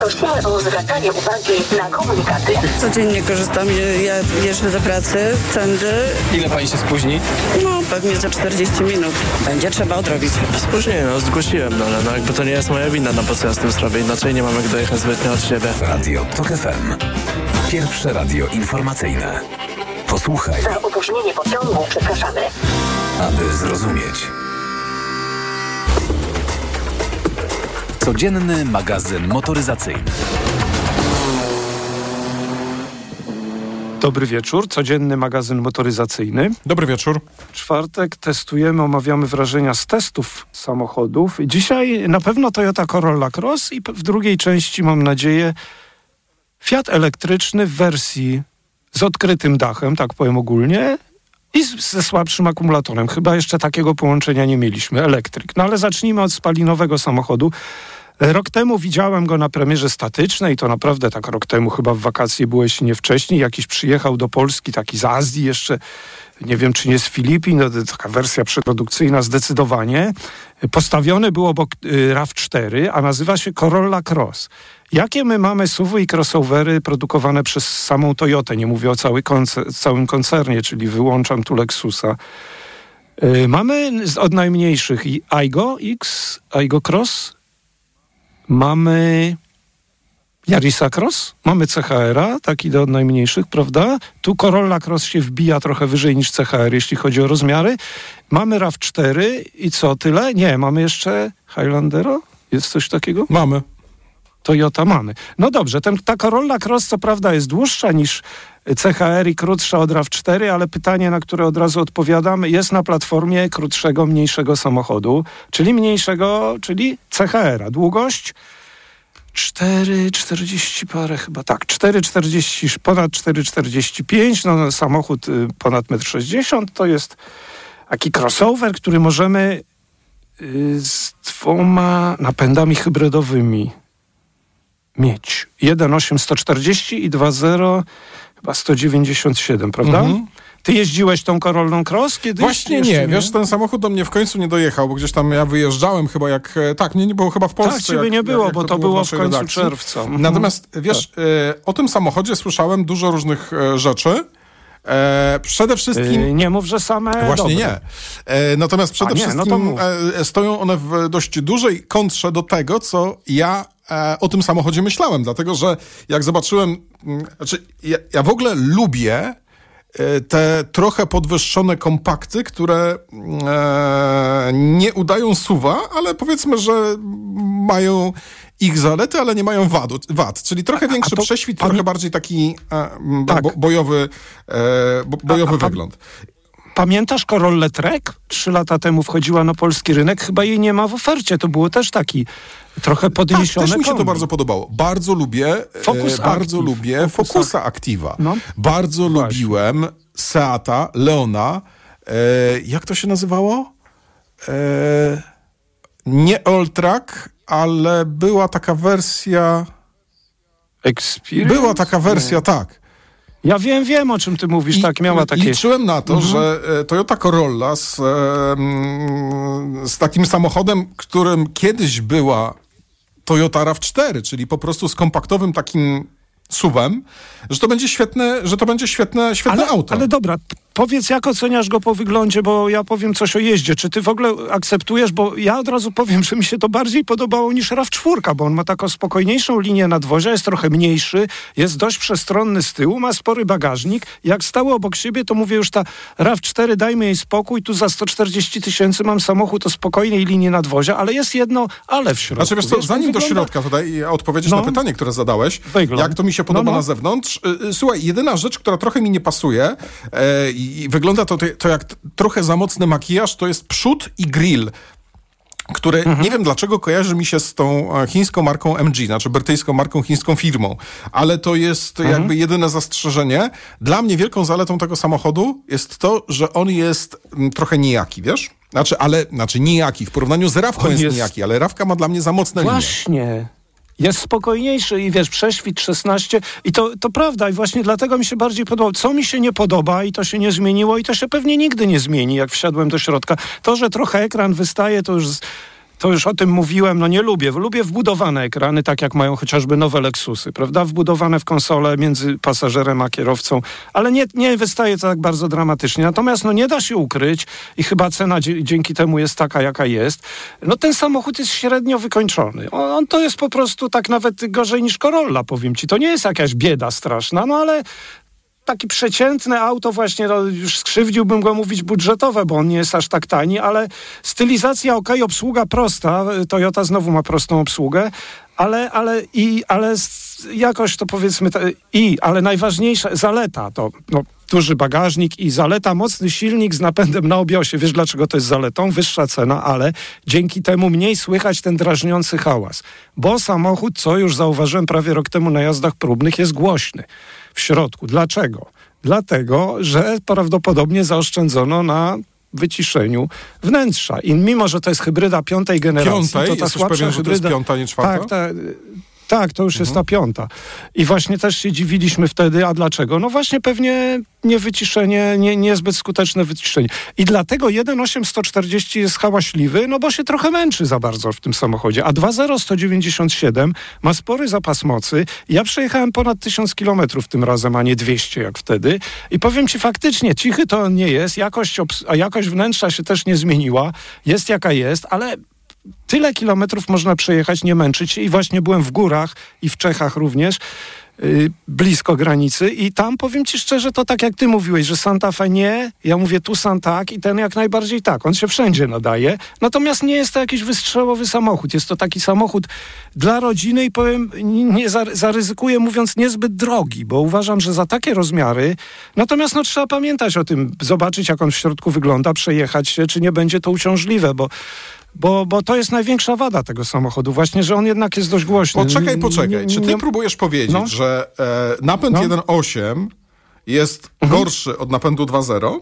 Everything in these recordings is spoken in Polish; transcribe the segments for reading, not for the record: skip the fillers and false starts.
Prosimy o zwracanie uwagi na komunikaty. Codziennie korzystam, ja jeżdżę do pracy tędy. Ile pani się spóźni? No pewnie za 40 minut. Będzie trzeba odrobić. Spóźnienie, zgłosiłem, ale jakby to nie jest moja wina, po co ja z tym zrobię, inaczej nie mam jak dojechać zbytnio od siebie. Radio TOK FM. Pierwsze radio informacyjne. Posłuchaj. Za opóźnienie pociągu przepraszamy. Aby zrozumieć. Codzienny magazyn motoryzacyjny. Dobry wieczór, codzienny magazyn motoryzacyjny. Dobry wieczór. Czwartek testujemy, omawiamy wrażenia z testów samochodów. Dzisiaj na pewno Toyota Corolla Cross i w drugiej części, mam nadzieję, Fiat elektryczny w wersji z odkrytym dachem, tak powiem ogólnie, i ze słabszym akumulatorem. Chyba jeszcze takiego połączenia nie mieliśmy, elektryk. No ale zacznijmy od spalinowego samochodu. Rok temu widziałem go na premierze statycznej, to naprawdę tak rok temu, chyba w wakacje byłeś, nie wcześniej, jakiś przyjechał do Polski, taki z Azji jeszcze, nie wiem czy nie z Filipin, no, taka wersja przedprodukcyjna zdecydowanie. Postawiony był obok RAV4, a nazywa się Corolla Cross. Jakie my mamy SUV-y i crossovery produkowane przez samą Toyotę? Nie mówię o całym koncernie, czyli wyłączam tu Lexusa. Mamy od najmniejszych Aygo X, Aygo Cross, mamy Yarisa Cross, mamy CHR-a, taki od najmniejszych, prawda? Tu Corolla Cross się wbija trochę wyżej niż CHR, jeśli chodzi o rozmiary. Mamy RAV4 i co, tyle? Nie, mamy jeszcze Highlandero? Jest coś takiego? Mamy. Toyota mamy. No dobrze, ta Corolla Cross co prawda jest dłuższa niż CHR i krótsza od RAV4, ale pytanie, na które od razu odpowiadam, jest na platformie krótszego, mniejszego samochodu, czyli CHR-a. Długość 4,40 parę chyba, tak, 4,40, ponad 4,45, no samochód ponad 1,60 m, to jest taki crossover, który możemy z 2 napędami hybrydowymi mieć. 1.8 140 i 2.0 chyba 197, prawda? Mhm. Ty jeździłeś tą Corollą Cross kiedyś? Właśnie nie. Wiesz, ten samochód do mnie w końcu nie dojechał, bo gdzieś tam ja wyjeżdżałem chyba jak... Tak, nie było chyba w Polsce. Tak, ciebie nie było, bo to było w końcu redakcji. Czerwca. Natomiast, wiesz, o tym samochodzie słyszałem dużo różnych rzeczy. Przede wszystkim... nie mów, że same Właśnie dobre. nie. Natomiast przede wszystkim stoją one w dość dużej kontrze do tego, co ja o tym samochodzie myślałem, dlatego że jak zobaczyłem... Ja w ogóle lubię te trochę podwyższone kompakty, które nie udają SUV-a, ale powiedzmy, że mają ich zalety, ale nie mają wad. Czyli trochę większy prześwit, trochę bardziej taki bojowy wygląd. Pamiętasz Corollę Trek? 3 lata temu wchodziła na polski rynek. Chyba jej nie ma w ofercie. To było też taki trochę podniesione. Tak, też mi się to bardzo podobało. Bardzo lubię Focusa Activa. No. Bardzo lubiłem Seata Leona. Jak to się nazywało? Nie Alltrack, ale była taka wersja... Experience? Była taka wersja, tak. Ja wiem, o czym ty mówisz, tak, miała takie... Liczyłem na to, że Toyota Corolla z takim samochodem, którym kiedyś była Toyota RAV4, czyli po prostu z kompaktowym takim SUV-em, że to będzie świetne auto. Ale dobra, powiedz, jak oceniasz go po wyglądzie, bo ja powiem coś o jeździe. Czy ty w ogóle akceptujesz, bo ja od razu powiem, że mi się to bardziej podobało niż RAV4, bo on ma taką spokojniejszą linię nadwozia, jest trochę mniejszy, jest dość przestronny z tyłu, ma spory bagażnik. Jak stały obok siebie, to mówię już, ta RAV4, dajmy jej spokój, tu za 140 000 mam samochód o spokojnej linii nadwozia, ale jest jedno ale w środku. Znaczy, wiesz co, zanim do środka tutaj odpowiedzieć na pytanie, które zadałeś, jak to mi się podoba na zewnątrz. Słuchaj, jedyna rzecz, która trochę mi nie pasuje i wygląda to jak trochę za mocny makijaż, to jest przód i grill, który nie wiem dlaczego kojarzy mi się z tą chińską marką MG, znaczy brytyjską marką, chińską firmą, ale to jest jakby jedyne zastrzeżenie. Dla mnie wielką zaletą tego samochodu jest to, że on jest trochę nijaki, wiesz? Znaczy nijaki, w porównaniu z Rawką jest nijaki, ale Rawka ma dla mnie za mocne linie. Właśnie. Jest spokojniejszy i wiesz, prześwit 16 i to prawda i właśnie dlatego mi się bardziej podobało. Co mi się nie podoba i to się nie zmieniło i to się pewnie nigdy nie zmieni, jak wsiadłem do środka. To, że trochę ekran wystaje, to już to już o tym mówiłem, no nie lubię. Lubię wbudowane ekrany, tak jak mają chociażby nowe Lexusy, prawda? Wbudowane w konsolę między pasażerem a kierowcą, ale nie wystaje to tak bardzo dramatycznie. Natomiast no nie da się ukryć i chyba cena dzięki temu jest taka, jaka jest. No ten samochód jest średnio wykończony. On to jest po prostu tak nawet gorzej niż Corolla, powiem ci. To nie jest jakaś bieda straszna, no ale taki przeciętne auto właśnie, no już skrzywdziłbym go mówić budżetowe, bo on nie jest aż tak tani, ale stylizacja okej, obsługa prosta, Toyota znowu ma prostą obsługę, ale jakoś to powiedzmy, ale najważniejsza zaleta to duży bagażnik i zaleta mocny silnik z napędem na obiosie. Wiesz dlaczego to jest zaletą? Wyższa cena, ale dzięki temu mniej słychać ten drażniący hałas. Bo samochód, co już zauważyłem prawie rok temu na jazdach próbnych, jest głośny w środku. Dlaczego? Dlatego, że prawdopodobnie zaoszczędzono na wyciszeniu wnętrza. I mimo, że to jest hybryda 5. generacji, to ta słabsza pewien, hybryda... że to jest 5., nie 4? Tak, to już jest ta 5. I właśnie też się dziwiliśmy wtedy, a dlaczego? No właśnie pewnie niewyciszenie, niezbyt skuteczne wyciszenie. I dlatego 1.8 140 jest hałaśliwy, no bo się trochę męczy za bardzo w tym samochodzie. A 2.0 197 ma spory zapas mocy. Ja przejechałem ponad 1000 kilometrów tym razem, a nie 200 jak wtedy. I powiem ci faktycznie, cichy to on nie jest. Jakość wnętrza się też nie zmieniła. Jest jaka jest, ale tyle kilometrów można przejechać, nie męczyć się i właśnie byłem w górach i w Czechach również, blisko granicy i tam powiem ci szczerze, to tak jak ty mówiłeś, że Santa Fe nie, ja mówię Tucson tak i ten jak najbardziej tak, on się wszędzie nadaje, natomiast nie jest to jakiś wystrzałowy samochód, jest to taki samochód dla rodziny i powiem, nie zaryzykuję mówiąc niezbyt drogi, bo uważam, że za takie rozmiary, natomiast no trzeba pamiętać o tym, zobaczyć jak on w środku wygląda, przejechać się, czy nie będzie to uciążliwe, bo to jest największa wada tego samochodu. Właśnie, że on jednak jest dość głośny. Poczekaj. Czy ty próbujesz powiedzieć, że napęd 1.8 jest gorszy od napędu 2.0?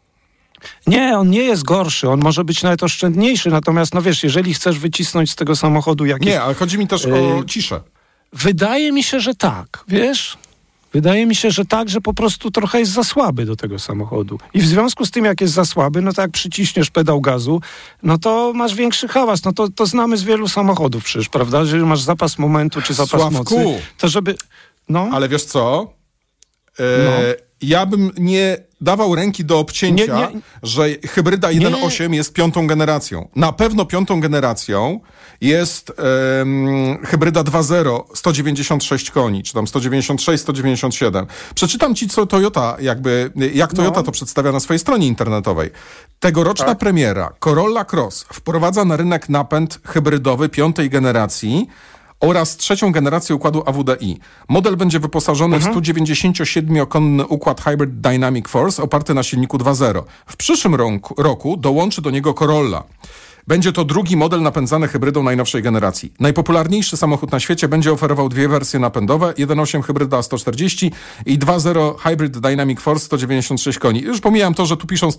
Nie, on nie jest gorszy. On może być nawet oszczędniejszy. Natomiast, no wiesz, jeżeli chcesz wycisnąć z tego samochodu jakieś... Nie, ale chodzi mi też o ciszę. Wydaje mi się, że tak. Wiesz... Wydaje mi się, że tak, że po prostu trochę jest za słaby do tego samochodu. I w związku z tym, jak jest za słaby, no to jak przyciśniesz pedał gazu, no to masz większy hałas. No to znamy z wielu samochodów przecież, prawda? Jeżeli masz zapas momentu czy zapas mocy, to żeby... No. Ale wiesz co? Ja bym nie dawał ręki do obcięcia, że hybryda 1.8 jest 5. generacją. Na pewno 5. generacją jest hybryda 2.0 196 koni, czy tam 196, 197. Przeczytam ci, co Toyota jak Toyota to przedstawia na swojej stronie internetowej. Tegoroczna premiera Corolla Cross wprowadza na rynek napęd hybrydowy 5. generacji oraz 3. generację układu AWDI. Model będzie wyposażony w 197-konny układ Hybrid Dynamic Force oparty na silniku 2.0. W przyszłym roku dołączy do niego Corolla. Będzie to drugi model napędzany hybrydą najnowszej generacji. Najpopularniejszy samochód na świecie będzie oferował dwie wersje napędowe, 1.8 hybryda 140 i 2.0 Hybrid Dynamic Force 196 koni. Już pomijam to, że tu piszą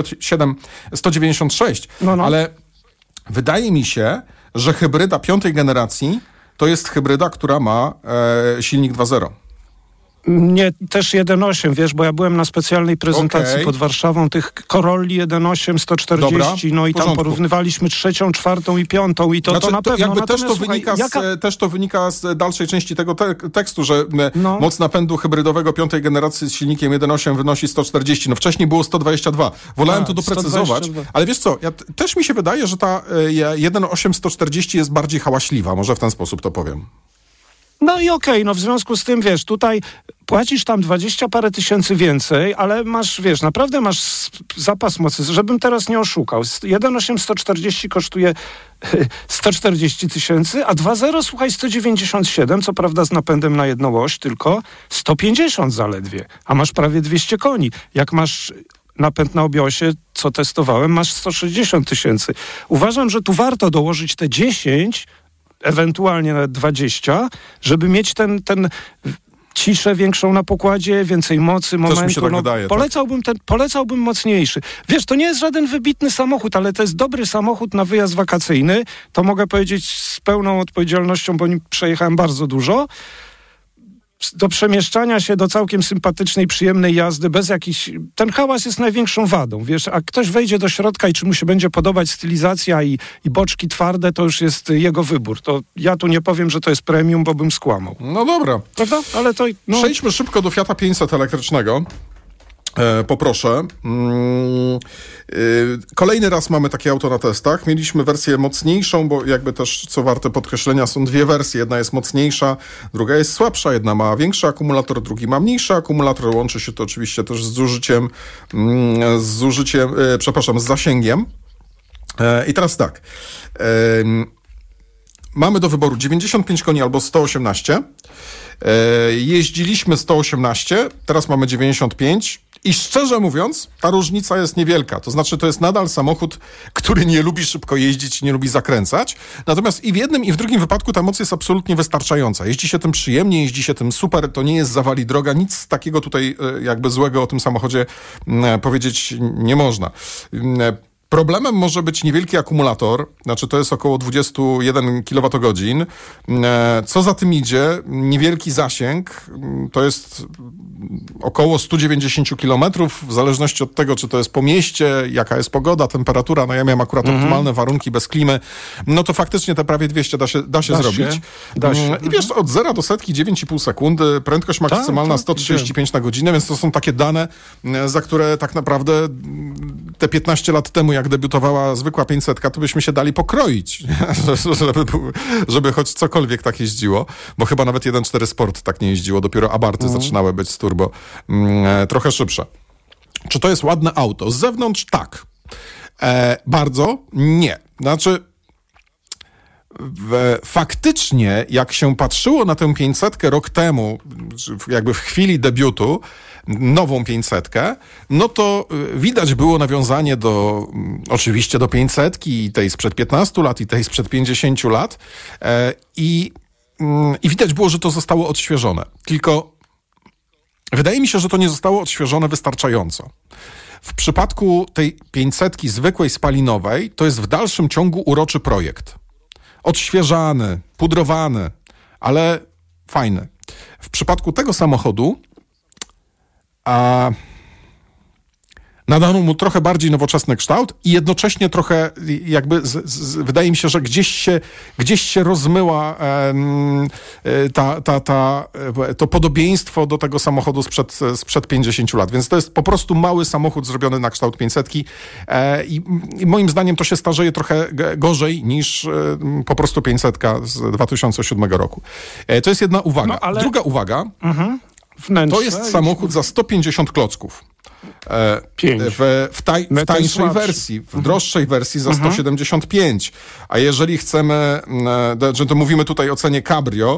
196, ale wydaje mi się, że hybryda 5. generacji to jest hybryda, która ma silnik 2.0. Nie, też 1.8, wiesz, bo ja byłem na specjalnej prezentacji pod Warszawą tych Corolli 1.8, 140, dobra, no i tam porównywaliśmy 3., 4. i 5. i to na pewno. Jakby też to wynika z dalszej części tego tekstu, że moc napędu hybrydowego 5. generacji z silnikiem 1.8 wynosi 140. No wcześniej było 122. Wolałem to doprecyzować, ale wiesz co, też mi się wydaje, że ta 1.8 140 jest bardziej hałaśliwa. Może w ten sposób to powiem. No i okej, no w związku z tym, wiesz, tutaj płacisz tam 20 parę tysięcy więcej, ale masz, wiesz, naprawdę masz zapas mocy, żebym teraz nie oszukał. 1.8 140 kosztuje 140 tysięcy, a 2.0, słuchaj, 197, co prawda z napędem na jedną oś, tylko 150 zaledwie, a masz prawie 200 koni. Jak masz napęd na obiosie, co testowałem, masz 160 tysięcy. Uważam, że tu warto dołożyć te 10, ewentualnie nawet 20, żeby mieć ten ciszę większą na pokładzie, więcej mocy, momentu. Też mi się tak wydaje, polecałbym mocniejszy. Wiesz, to nie jest żaden wybitny samochód, ale to jest dobry samochód na wyjazd wakacyjny. To mogę powiedzieć z pełną odpowiedzialnością, bo nim przejechałem bardzo dużo. do przemieszczania się, do całkiem sympatycznej, przyjemnej jazdy, bez jakichś... Ten hałas jest największą wadą, wiesz, a ktoś wejdzie do środka i czy mu się będzie podobać stylizacja i boczki twarde, to już jest jego wybór. To ja tu nie powiem, że to jest premium, bo bym skłamał. No dobra. Prawda? Ale to... No... Przejdźmy szybko do Fiata 500 elektrycznego. Poproszę. Kolejny raz mamy takie auto na testach. Mieliśmy wersję mocniejszą, bo jakby też, co warte podkreślenia, są dwie wersje. Jedna jest mocniejsza, druga jest słabsza. Jedna ma większy akumulator, drugi ma mniejszy akumulator. Łączy się to oczywiście też z zasięgiem. I teraz tak. Mamy do wyboru 95 koni albo 118. Jeździliśmy 118, teraz mamy 95 i szczerze mówiąc, ta różnica jest niewielka. To znaczy, to jest nadal samochód, który nie lubi szybko jeździć, nie lubi zakręcać. Natomiast i w jednym, i w drugim wypadku ta moc jest absolutnie wystarczająca. Jeździ się tym przyjemnie, jeździ się tym super, to nie jest zawali droga. Nic takiego tutaj jakby złego o tym samochodzie powiedzieć nie można. Problemem może być niewielki akumulator, znaczy to jest około 21 kWh. Co za tym idzie, niewielki zasięg, to jest około 190 km, w zależności od tego, czy to jest po mieście, jaka jest pogoda, temperatura, no ja miałem akurat optymalne warunki bez klimy, no to faktycznie te prawie 200 da się zrobić. I wiesz, od 0 do setki 9,5 sekundy, prędkość maksymalna 135 na godzinę, więc to są takie dane, za które tak naprawdę te 15 lat temu, jak debiutowała zwykła 500, to byśmy się dali pokroić, żeby choć cokolwiek tak jeździło, bo chyba nawet 1.4 Sport tak nie jeździło, dopiero Abarty zaczynały być z turbo trochę szybsze. Czy to jest ładne auto? Z zewnątrz tak. Bardzo nie. Znaczy faktycznie, jak się patrzyło na tę 500 rok temu, jakby w chwili debiutu, nową 500, no to widać było nawiązanie oczywiście do 500 i tej sprzed 15 lat i tej sprzed 50 lat i widać było, że to zostało odświeżone. Tylko wydaje mi się, że to nie zostało odświeżone wystarczająco. W przypadku tej 500 zwykłej spalinowej to jest w dalszym ciągu uroczy projekt. Odświeżany, pudrowany, ale fajny. W przypadku tego samochodu nadano mu trochę bardziej nowoczesny kształt i jednocześnie trochę jakby wydaje mi się, że gdzieś się rozmyła to podobieństwo do tego samochodu sprzed 50 lat. Więc to jest po prostu mały samochód zrobiony na kształt 500 i moim zdaniem to się starzeje trochę gorzej niż po prostu 500 z 2007 roku. To jest jedna uwaga. No, ale... Druga uwaga, to jest samochód za 150 klocków. W tańszej wersji, w droższej wersji za 175. A jeżeli chcemy, to mówimy tutaj o cenie cabrio,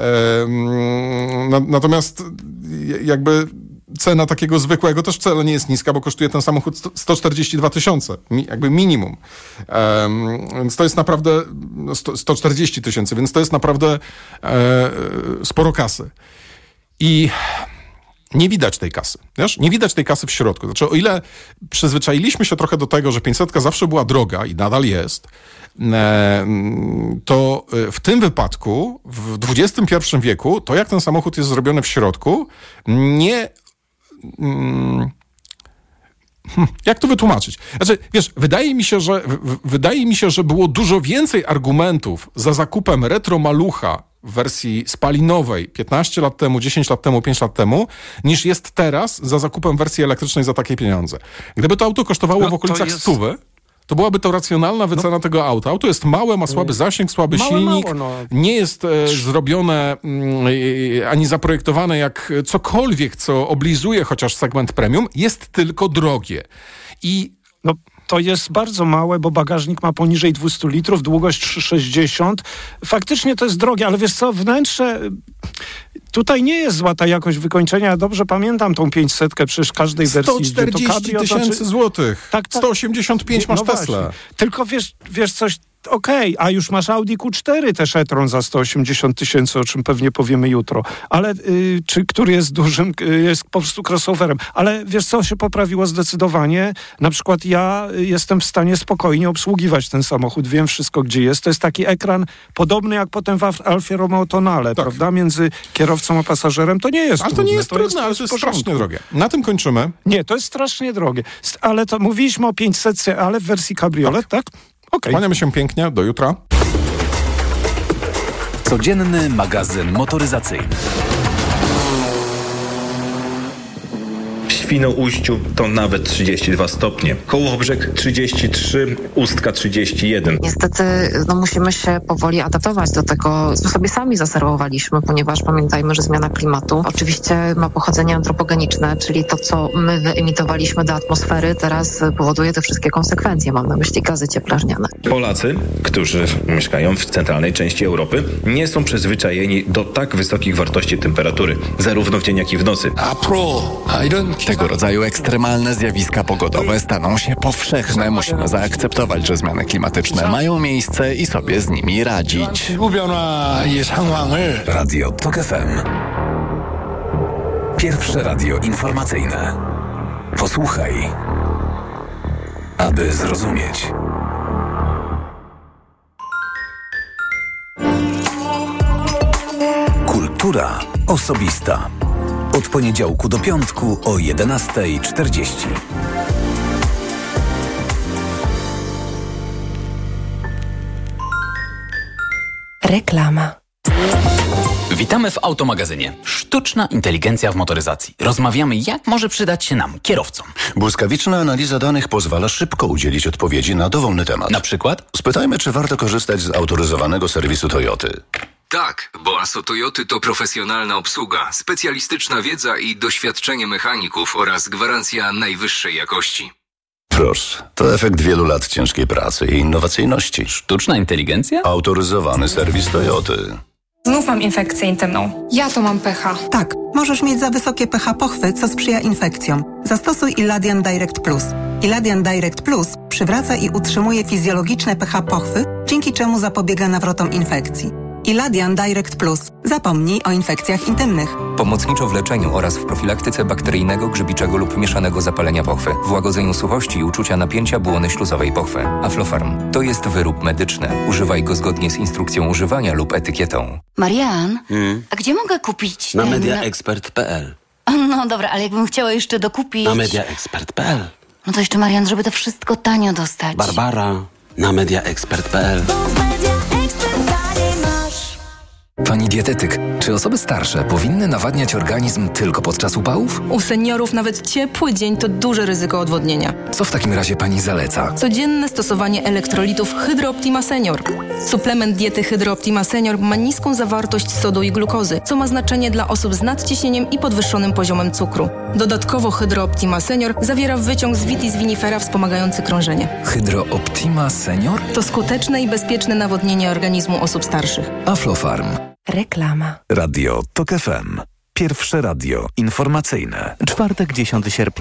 natomiast jakby cena takiego zwykłego też wcale nie jest niska, bo kosztuje ten samochód 142 000, jakby minimum. Więc to jest naprawdę 140 000, więc to jest naprawdę sporo kasy. I nie widać tej kasy, wiesz? Nie widać tej kasy w środku. Znaczy, o ile przyzwyczailiśmy się trochę do tego, że 500 zawsze była droga i nadal jest, to w tym wypadku, w XXI wieku, to jak ten samochód jest zrobiony w środku, nie... Jak to wytłumaczyć? Znaczy, wiesz, wydaje mi się, że było dużo więcej argumentów za zakupem retro malucha w wersji spalinowej 15 lat temu, 10 lat temu, 5 lat temu, niż jest teraz za zakupem wersji elektrycznej za takie pieniądze. Gdyby to auto kosztowało w okolicach 100, to byłaby to racjonalna wycena tego auta. Auto jest małe, ma słaby zasięg, słaby silnik, nie jest zrobione ani zaprojektowane jak cokolwiek, co oblizuje chociaż segment premium, jest tylko drogie. I to jest bardzo małe, bo bagażnik ma poniżej 200 litrów, długość 3,60. Faktycznie to jest drogie, ale wiesz co, wnętrze... Tutaj nie jest zła ta jakość wykończenia. Ja dobrze pamiętam tą 500 przy każdej wersji. 140 000 złotych. Tak. 185 masz Tesla. Właśnie. Tylko wiesz coś, okej, a już masz Audi Q4 też e-tron za 180 000, o czym pewnie powiemy jutro, ale który jest dużym, jest po prostu crossoverem. Ale wiesz co, się poprawiło zdecydowanie. Na przykład ja jestem w stanie spokojnie obsługiwać ten samochód, wiem wszystko, gdzie jest. To jest taki ekran podobny jak potem w Alfie Romeo Tonale, tak, prawda? Między kierowcą a pasażerem to nie jest trudne. Ale to nie jest trudne, ale to jest strasznie drogie. Na tym kończymy. Nie, to jest strasznie drogie. Ale to mówiliśmy o 500, ale w wersji cabriolet, tak? Okay. Kłaniamy się pięknie, do jutra. Codzienny magazyn motoryzacyjny. W Świnoujściu to nawet 32 stopnie. Kołobrzeg 33, Ustka 31. Niestety musimy się powoli adaptować do tego, co sobie sami zaserwowaliśmy, ponieważ pamiętajmy, że zmiana klimatu oczywiście ma pochodzenie antropogeniczne, czyli to, co my wyemitowaliśmy do atmosfery, teraz powoduje te wszystkie konsekwencje. Mam na myśli gazy cieplarniane. Polacy, którzy mieszkają w centralnej części Europy, nie są przyzwyczajeni do tak wysokich wartości temperatury, zarówno w dzień, jak i w nocy. Tego rodzaju ekstremalne zjawiska pogodowe staną się powszechne. Musimy zaakceptować, że zmiany klimatyczne mają miejsce i sobie z nimi radzić. Radio TOK FM. Pierwsze radio informacyjne. Posłuchaj, aby zrozumieć. Kultura osobista. Od poniedziałku do piątku o 11:40. Reklama. Witamy w Automagazynie. Sztuczna inteligencja w motoryzacji. Rozmawiamy, jak może przydać się nam, kierowcom. Błyskawiczna analiza danych pozwala szybko udzielić odpowiedzi na dowolny temat. Na przykład? Spytajmy, czy warto korzystać z autoryzowanego serwisu Toyoty. Tak, bo ASO Toyoty to profesjonalna obsługa, specjalistyczna wiedza i doświadczenie mechaników oraz gwarancja najwyższej jakości. Proszę, to efekt wielu lat ciężkiej pracy i innowacyjności. Sztuczna inteligencja? Autoryzowany serwis Toyoty. Znów mam infekcję intymną. Ja to mam pH. Tak, możesz mieć za wysokie pH pochwy, co sprzyja infekcjom. Zastosuj Iladian Direct Plus. Iladian Direct Plus przywraca i utrzymuje fizjologiczne pH pochwy, dzięki czemu zapobiega nawrotom infekcji. Iladian Direct Plus. Zapomnij o infekcjach intymnych. Pomocniczo w leczeniu oraz w profilaktyce bakteryjnego, grzybiczego lub mieszanego zapalenia pochwy, w łagodzeniu suchości i uczucia napięcia błony śluzowej pochwy. Aflofarm to jest wyrób medyczny. Używaj go zgodnie z instrukcją używania lub etykietą. Marian, a gdzie mogę kupić Na mediaexpert.pl. No dobra, ale jakbym chciała jeszcze dokupić... Na mediaexpert.pl. No to jeszcze, Marian, żeby to wszystko tanio dostać. Barbara, na mediaexpert.pl. Pani dietetyk, czy osoby starsze powinny nawadniać organizm tylko podczas upałów? U seniorów nawet ciepły dzień to duże ryzyko odwodnienia. Co w takim razie pani zaleca? Codzienne stosowanie elektrolitów Hydro Optima Senior. Suplement diety Hydro Optima Senior ma niską zawartość sodu i glukozy, co ma znaczenie dla osób z nadciśnieniem i podwyższonym poziomem cukru. Dodatkowo Hydro Optima Senior zawiera wyciąg z Vitis vinifera wspomagający krążenie. Hydro Optima Senior? To skuteczne i bezpieczne nawodnienie organizmu osób starszych. Aflofarm. Reklama. Radio TOK FM. Pierwsze radio informacyjne. Czwartek, 10 sierpnia.